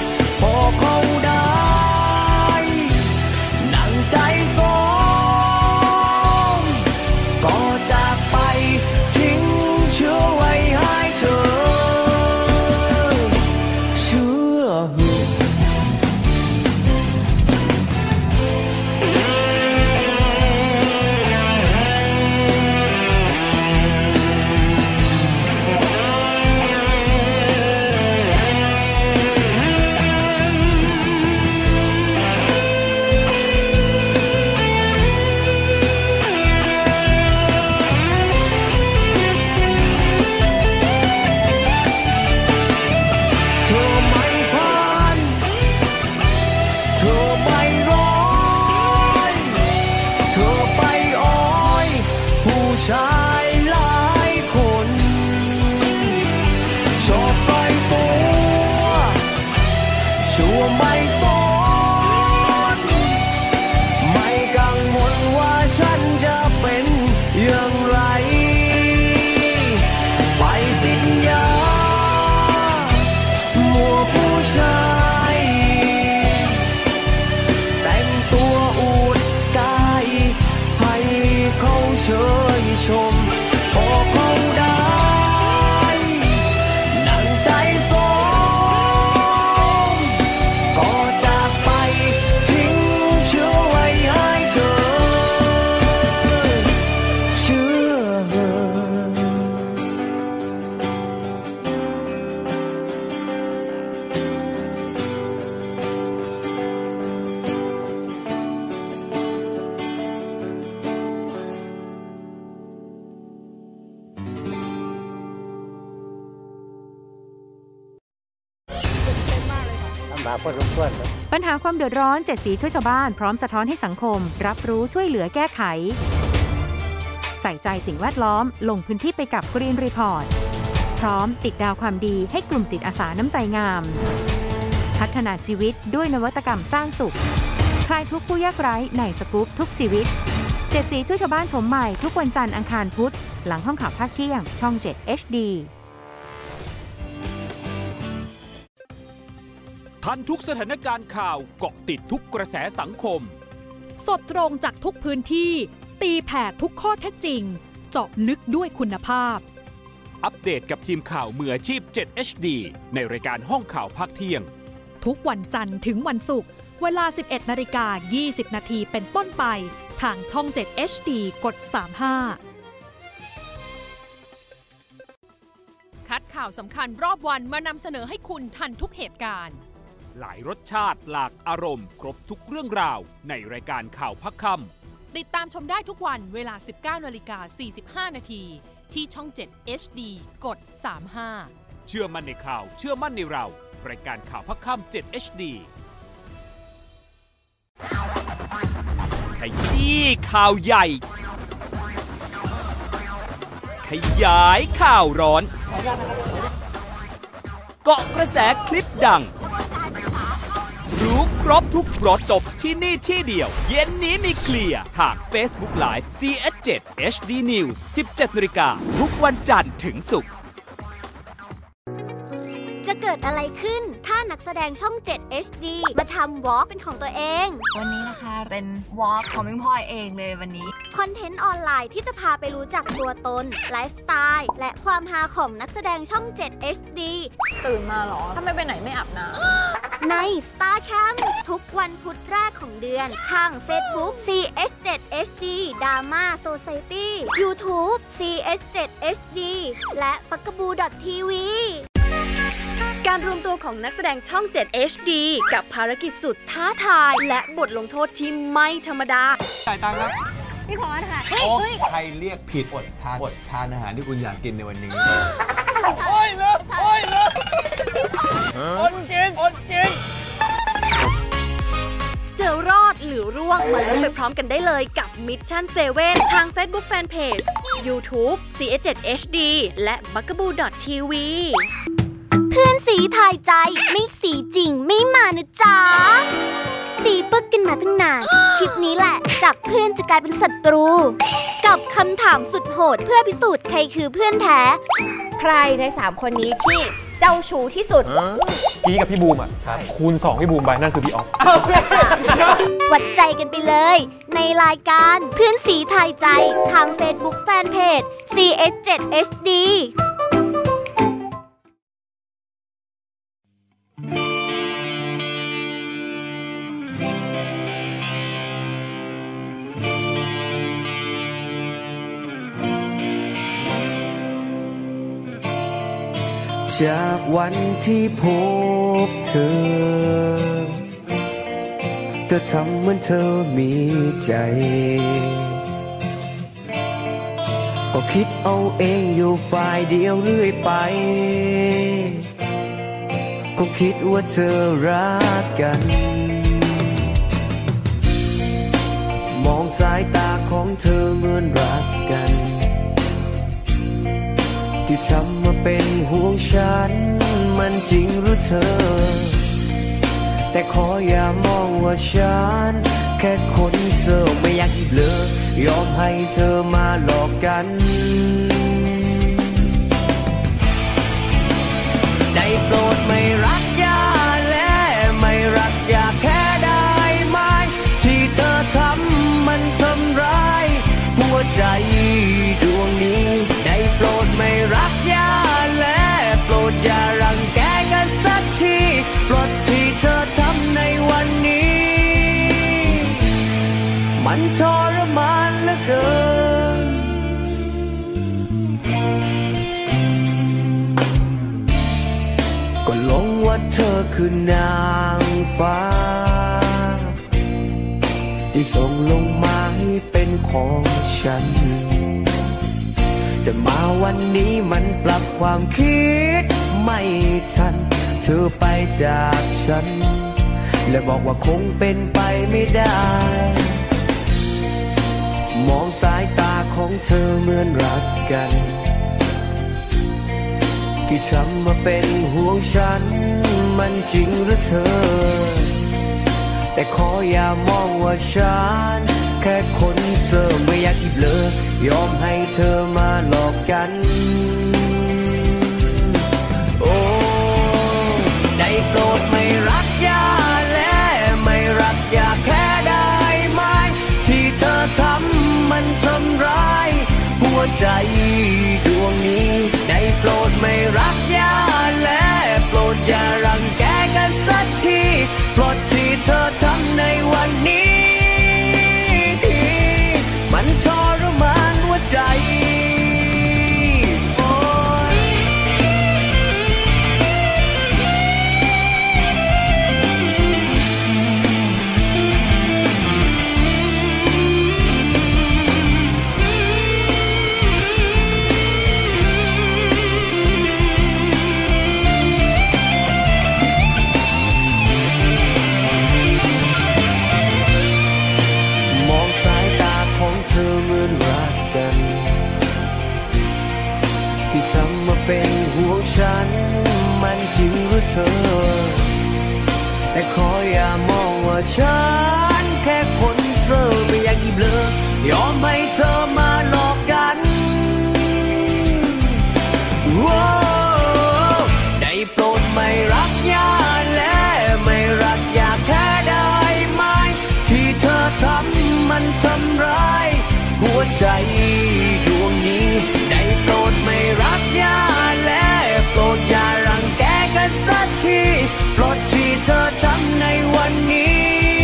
มาพอสมควรปัญหาความเดือดร้อน7สีช่วยชาวบ้านพร้อมสะท้อนให้สังคมรับรู้ช่วยเหลือแก้ไขใส่ใจสิ่งแวดล้อมลงพื้นที่ไปกับ Green Report พร้อมติดดาวความดีให้กลุ่มจิตอาสาน้ำใจงามพัฒนาชีวิตด้วยนวัตกรรมสร้างสุขคลายทุกข์ผู้ยากไร้ในสกู๊ปทุกชีวิต7สีช่วยชาวบ้านชมใหม่ทุกวันจันทร์อังคารพุธหลังห้องข่าวภาคเที่ยงช่อง7 HD ทันทุกสถานการณ์ข่าวเกาะติดทุกกระแสสังคมสดตรงจากทุกพื้นที่ตีแผ่ทุกข้อเท็จจริงเจาะลึกด้วยคุณภาพอัปเดตกับทีมข่าวมืออาชีพ7 HD ในรายการห้องข่าวภาคเที่ยงทุกวันจันทร์ถึงวันศุกร์เวลา 11:20 น.เป็นต้นไปทางช่อง7 HD กด 35 คัดข่าวสำคัญรอบวันมานำเสนอให้คุณทันทุกเหตุการณ์หลายรสชาติหลากอารมณ์ครบทุกเรื่องราวในรายการข่าวพักค่ำติดตามชมได้ทุกวันเวลา 19:45 น.ที่ช่อง7 HD กด 35 เชื่อมั่นในข่าวเชื่อมั่นในเรารายการข่าวพักค่ำ7 HD ขยี้ข่าวใหญ่ขยายข่าวร้อนเกาะกระแสคลิปดังรู้ครบทุกรสจบที่นี่ที่เดียวเย็นนี้มีเคลียร์ทาง Facebook Live CS7 HD News 17 น.ทุกวันจันทร์ถึงศุกร์จะเกิดอะไรขึ้นถ้านักแสดงช่อง7 HD มาทำวอล์กเป็นของตัวเองวันนี้นะคะเป็นวอล์กของพิมพลอยเองเลยวันนี้คอนเทนต์ออนไลน์ที่จะพาไปรู้จักตัวตนไลฟ์สไตล์และความฮาของนักแสดงช่อง7 HD ตื่นมาหรอถ้าไม่ไปไหนไม่อาบน้ำใน Star Camp ทุกวันพุธแรกของเดือนทาง Facebook CS7 HD Drama Society YouTube CS7 HD และBugaboo.tvการรวมตัวของนักแสดงช่อง7 HD กับภารกิจสุดท้าทายและบทลงโทษที่ไม่ธรรมดาจ่ายตังค์ครับพี่พรค่ะใครเรียกผิดอดทานอาหารที่คุณอยากกินในวันนี้โอ้ยเลยอดกินเจอรอดหรือร่วงมาลุ้นไปพร้อมกันได้เลยกับ Mission 7 ทาง Facebook Fanpage YouTube CS7 HD และ Bugaboo.tv เพื่อนสีทายใจไม่สีจริงไม่มานะจ๊ะสีปึกกันมาตั้งนานคลิปนี้แหละจากเพื่อนจะกลายเป็นศัตรูกับคำถามสุดโหดเพื่อพิสูจน์ใครคือเพื่อนแท้ใครใน3คนนี้ที่เจ้าชู้ที่สุดพี่กับพี่บูมอ่ะคูณ2พี่บูมไปนั่นคือพี่ออฟวัดใจกันไปเลยในรายการเพื่อนสีทายใจทาง Facebook Fanpage CS7 HD จากวันที่พบเธอทำเหมือนเธอมีใจก็คิดเอาเองอยู่ฝ่ายเดียวเรื่อยไปก็คิดว่าเธอรักกันมองสายตาของเธอเหมือนรักกันที่ทำมาเป็นห่วงฉันมันจริงหรือเธอแต่ขออย่ามองว่าฉันแค่คนเซ่อไม่อยากอีกเลยยอมให้เธอมาหลอกกันได้โปรดไม่รักอย่าและไม่รักอย่าแค่ได้ไหมที่เธอทำมันทำร้ายหัวใจดวงนี้ได้โปรดไม่รักอย่าและโปรดอย่ารังแกกันสักทีโปรดที่เธอทำในวันนี้มันทรมานเหลือเกินก็หลงว่าเธอคือนางฟ้าที่ส่งลงมาให้เป็นของฉันแต่มาวันนี้มันปรับความคิดไม่ทันเธอไปจากฉันและบอกว่าคงเป็นไปไม่ได้มองสายตาของเธอเหมือนรักกันที่ทำมาเป็นห่วงฉันมันจริงหรือเธอแต่ขออย่ามองว่าฉันแค่คนเซอร์ไม่อยากอีกเลยยอมให้เธอมาหลอกกันโอ้ได้โปรดไม่รักอย่าและไม่รักอย่าแค่ได้ไหมที่เธอทำมันทำร้ายหัวใจดวงนี้ได้โปรดไม่รักอย่าและโปรดอย่ารังแกกันสักทีโปรดที่เธอทำในวันนี้มันทรมานหัวใจเป็นห่วงฉันมันจริงหรือเธอแต่ขออย่ามองว่าฉันแค่คนเซอร์ไม่อยากอีกเลยยอมให้เธอมาหลอกกันได้โปรดไม่รักอย่าและไม่รักอย่าแค่ได้ไหมที่เธอทำมันทำร้ายหัวใจดวงนี้ได้โปรดไม่รักอย่าโปรดอย่ารังแกกันสักทีโปรดที่เธอทำในวันนี้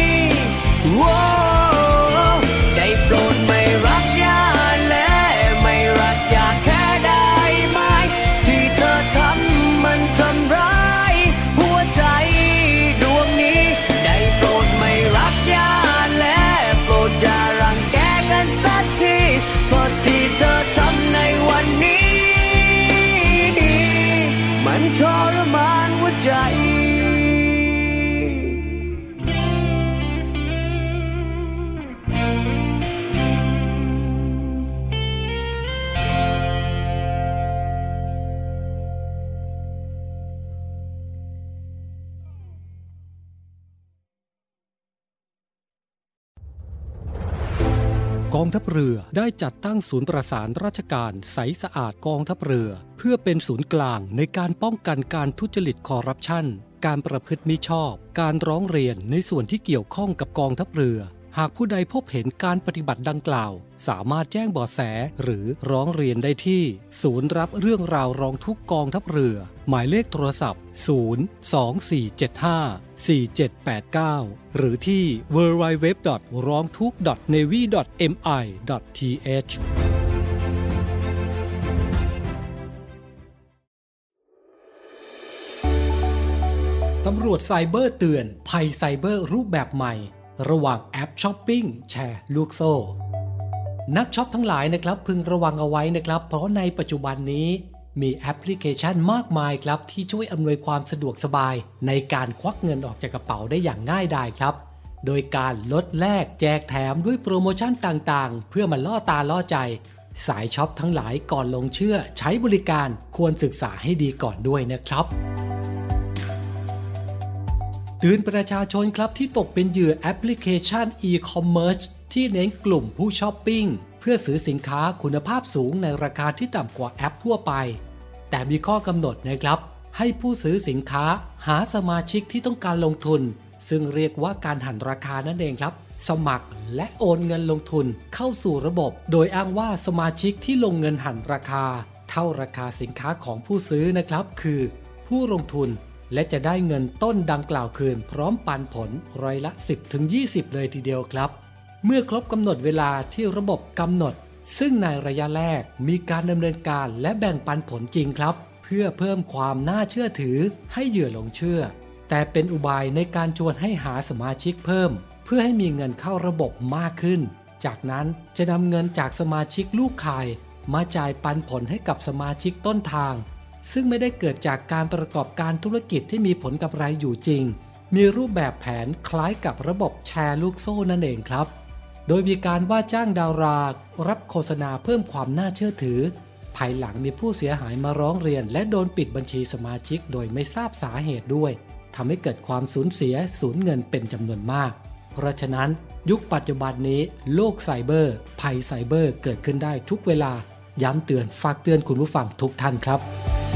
ได้โปรดไม่รักอย่าและไม่รักอย่าแค่ได้ไหมที่เธอทำมันทำร้ายหัวใจดวงนี้ได้โปรดไม่รักอย่าและโปรดอย่ารังแกกันสักทีโปรดที่เธอทำในวันนี้มันทรมานหัวใจกองทัพเรือได้จัดตั้งศูนย์ประสานราชการใสสะอาดกองทัพเรือเพื่อเป็นศูนย์กลางในการป้องกันการทุจริตคอร์รัปชันการประพฤติมิชอบการร้องเรียนในส่วนที่เกี่ยวข้องกับกองทัพเรือหากผู้ใดพบเห็นการปฏิบัติดังกล่าวสามารถแจ้งเบาะแสหรือร้องเรียนได้ที่ศูนย์รับเรื่องราวร้องทุกข์กองทัพเรือหมายเลขโทรศัพท์024754789หรือที่ www.rongthuk.navy.mi.th ตำรวจไซเบอร์เตือนภัยไซเบอร์รูปแบบใหม่ระหว่างแอปช้อปปิ้งแชร์ลูกโซ่นักช็อปทั้งหลายนะครับพึงระวังเอาไว้นะครับเพราะในปัจจุบันนี้มีแอปพลิเคชันมากมายครับที่ช่วยอำนวยความสะดวกสบายในการควักเงินออกจากกระเป๋าได้อย่างง่ายดายครับโดยการลดแลกแจกแถมด้วยโปรโมชั่นต่างๆเพื่อมาล่อตาล่อใจสายช็อปทั้งหลายก่อนลงเชื่อใช้บริการควรศึกษาให้ดีก่อนด้วยนะครับเตือนประชาชนครับที่ตกเป็นเหยื่อแอปพลิเคชัน e-commerce ที่เน้นกลุ่มผู้ช้อปปิ้งเพื่อซื้อสินค้าคุณภาพสูงในราคาที่ต่ำกว่าแอปทั่วไปแต่มีข้อกำหนดนะครับให้ผู้ซื้อสินค้าหาสมาชิกที่ต้องการลงทุนซึ่งเรียกว่าการหั่นราคานั่นเองครับสมัครและโอนเงินลงทุนเข้าสู่ระบบโดยอ้างว่าสมาชิกที่ลงเงินหั่นราคาเท่าราคาสินค้าของผู้ซื้อนะครับคือผู้ลงทุนและจะได้เงินต้นดังกล่าวคืนพร้อมปันผลร้อยละ 10-20 เลยทีเดียวครับเมื่อครบกำหนดเวลาที่ระบบกำหนดซึ่งในระยะแรกมีการดำเนินการและแบ่งปันผลจริงครับเพื่อเพิ่มความน่าเชื่อถือให้เหยื่อหลงเชื่อแต่เป็นอุบายในการชวนให้หาสมาชิกเพิ่มเพื่อให้มีเงินเข้าระบบมากขึ้นจากนั้นจะนำเงินจากสมาชิกลูกข่ายมาจ่ายปันผลให้กับสมาชิกต้นทางซึ่งไม่ได้เกิดจากการประกอบการธุรกิจที่มีผลกำไรอยู่จริงมีรูปแบบแผนคล้ายกับระบบแชร์ลูกโซ่นั่นเองครับโดยมีการว่าจ้างดารารับโฆษณาเพิ่มความน่าเชื่อถือภายหลังมีผู้เสียหายมาร้องเรียนและโดนปิดบัญชีสมาชิกโดยไม่ทราบสาเหตุด้วยทำให้เกิดความสูญเสียสูญเงินเป็นจำนวนมากเพราะฉะนั้นยุคปัจจุบันนี้โลกไซเบอร์ภัยไซเบอร์เกิดขึ้นได้ทุกเวลาย้ำเตือนฝากเตือนคุณผู้ฟังทุกท่านครับ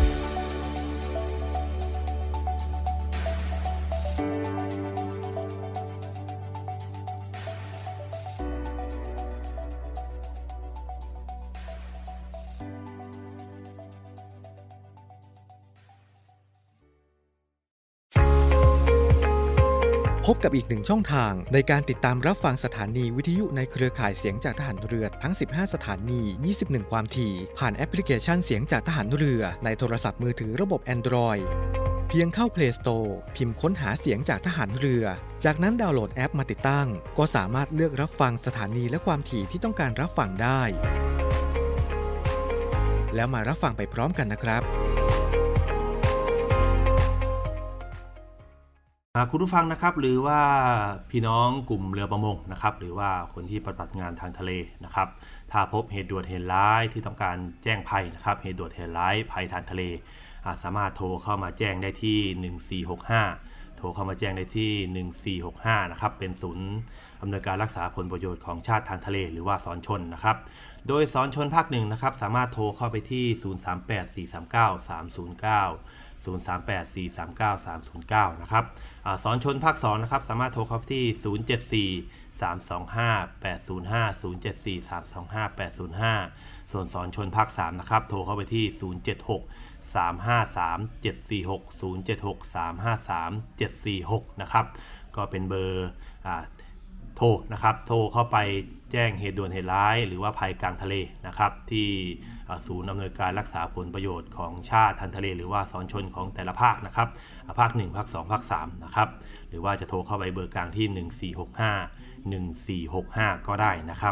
พบกับอีกหนึ่งช่องทางในการติดตามรับฟังสถานีวิทยุในเครือข่ายเสียงจากทหารเรือทั้ง15สถานี 21 ความถี่ผ่านแอปพลิเคชันเสียงจากทหารเรือในโทรศัพท์มือถือระบบ Android เพียงเข้า Play Store พิมพ์ค้นหาเสียงจากทหารเรือจากนั้นดาวน์โหลดแอปมาติดตั้งก็สามารถเลือกรับฟังสถานีและความถี่ที่ต้องการรับฟังได้แล้วมารับฟังไปพร้อมกันนะครับคุณผู้ฟังนะครับหรือว่าพี่น้องกลุ่มเรือประมงนะครับหรือว่าคนที่ปฏิบัติงานทางทะเลนะครับถ้าพบเหตุด่วนเหตุร้ายที่ต้องการแจ้งภัยนะครับเหตุด่วนเหตุร้ายภัยทางทะเลสามารถโทรเข้ามาแจ้งได้ที่1465โทรเข้ามาแจ้งได้ที่1465นะครับเป็นศูนย์อำนวยการรักษาผลประโยชน์ของชาติทางทะเลหรือว่าสอนชนนะครับโดยสอนชนภาค1นะครับสามารถโทรเข้าไปที่038-439-309 นะครับสอนชนภาค2นะครับสามารถโทรเข้าไปที่074-325-805 ส่วนสอนชนภาค3นะครับโทรเข้าไปที่076-353-746 นะครับก็เป็นเบอร์โทรนะครับโทรเข้าไปแจ้งเหตุด่วนเหตุร้ายหรือว่าภัยกลางทะเลนะครับที่ศูนย์อำนวยการรักษาผลประโยชน์ของชาติทางทะเลหรือว่าสอนชนของแต่ละภาคนะครับภาค1ภาค2ภาค3นะครับหรือว่าจะโทรเข้าไปเบอร์กลางที่1465 ก็ได้นะครับ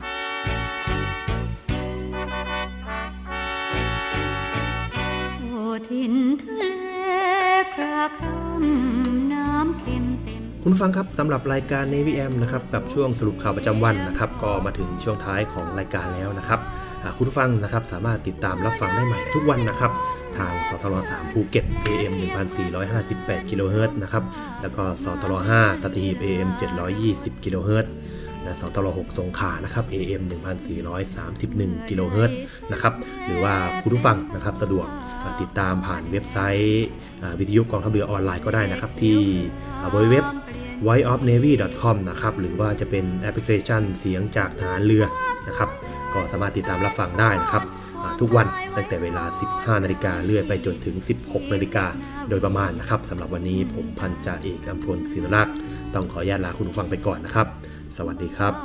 ถิ่นทะเลคราคำน้ำเค็มเต็มคุณฟังครับสำหรับรายการ Navy AM นะครับกับช่วงสรุปข่าวประจำวันนะครับก็มาถึงช่วงท้ายของรายการแล้วนะครับคุณฟังนะครับสามารถติดตามรับฟังได้ใหม่ทุกวันนะครับทางสทร3ภูเก็ต AM 1458 กิโลเฮิรตซ์นะครับแล้วก็สทร5สัตหีบ AM 720 กิโลเฮิรตซ์และสทร6สงขลานะครับ AM 1431 กิโลเฮิรตซ์นะครับหรือว่าคุณผู้ฟังนะครับสะดวกติดตามผ่านเว็บไซต์วิทยุกองทัพเรือออนไลน์ก็ได้นะครับที่www.voiceofnavy.com นะครับหรือว่าจะเป็นแอปพลิเคชันเสียงจากทหารเรือนะครับก็สามารถติดตามรับฟังได้นะครับทุกวันตั้งแต่เวลา 15 นาฬิกาเรื่อยไปจนถึง 16 นาฬิกาโดยประมาณนะครับสำหรับวันนี้ผมพันจ่าเอกอำพลศิริลักษณ์ต้องขออนุญาตลาคุณผู้ฟังไปก่อนนะครับสวัสดีครับ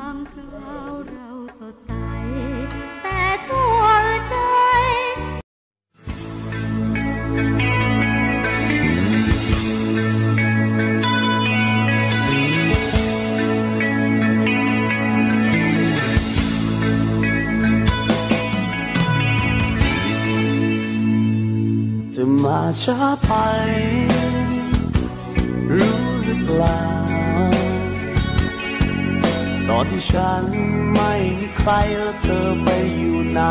จะมาช้าไปรู้หรือเปล่าตอนที่ฉันไม่มีใครแล้วเธอไปอยู่ไหน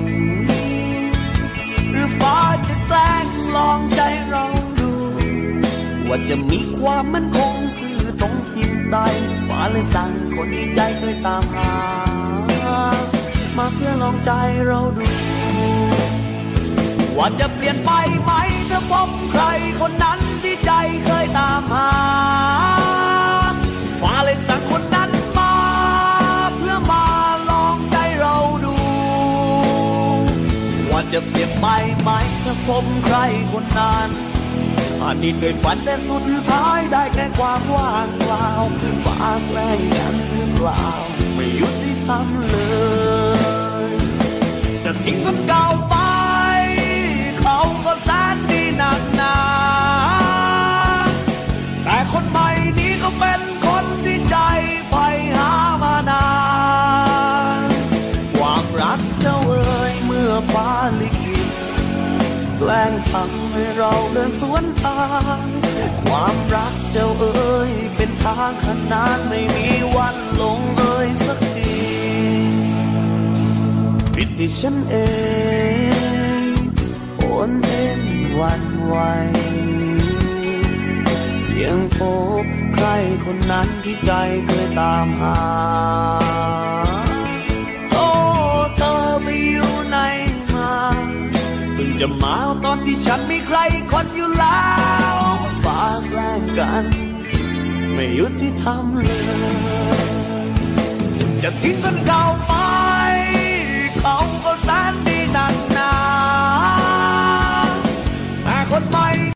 หรือฟ้าจะแกล้งลองใจเราดูว่าจะมีความมั่นคงซื่อตรงเพียงใดฟ้าเลยสั่งคนที่ใจเคยตามหามาเพื่อลองใจเราดูว่าจะเปลี่ยนไปไหมถ้าพบใครคนนั้นที่ใจเคยตามหาฟ้าเลยสั่งคนนั้นมาเพื่อมาลองใจเราดูว่าจะเปลี่ยนไปไหมถ้าพบใครคนนั้นอดีตเคยฝันแต่สุดท้ายได้แค่ความว่างเปล่าฟ้าแกล้งกันหรือเปล่าไม่ยุติธรรมเลยจะทิ้งคนเก่าไปเขาก็แสนดีหนักหนาแต่คนใหม่นี้ก็เป็นคนที่ใจใฝ่หามานานความรักเจ้าเอ๋ยเมื่อฟ้าลิขิตแกล้งทำให้เราเดินสวนทางความรักเจ้าเอ๋ยเป็นทางขนานไม่มีวันลงเอยสักทีผิดที่ฉันเองโอนเอ็นวันไหวเพียงพบใครคนนั้นที่ใจเคยตามหาโอ้เธอไปอยู่ไหนมาเพิ่งจะมาตอนที่ฉันมีใครคนอยู่แล้วฟ้าแกล้งกันไม่ยุติธรรมเลยจะทิ้งคนเก่าไปเขาก็แสนดีนักหนาแต่คนใหม่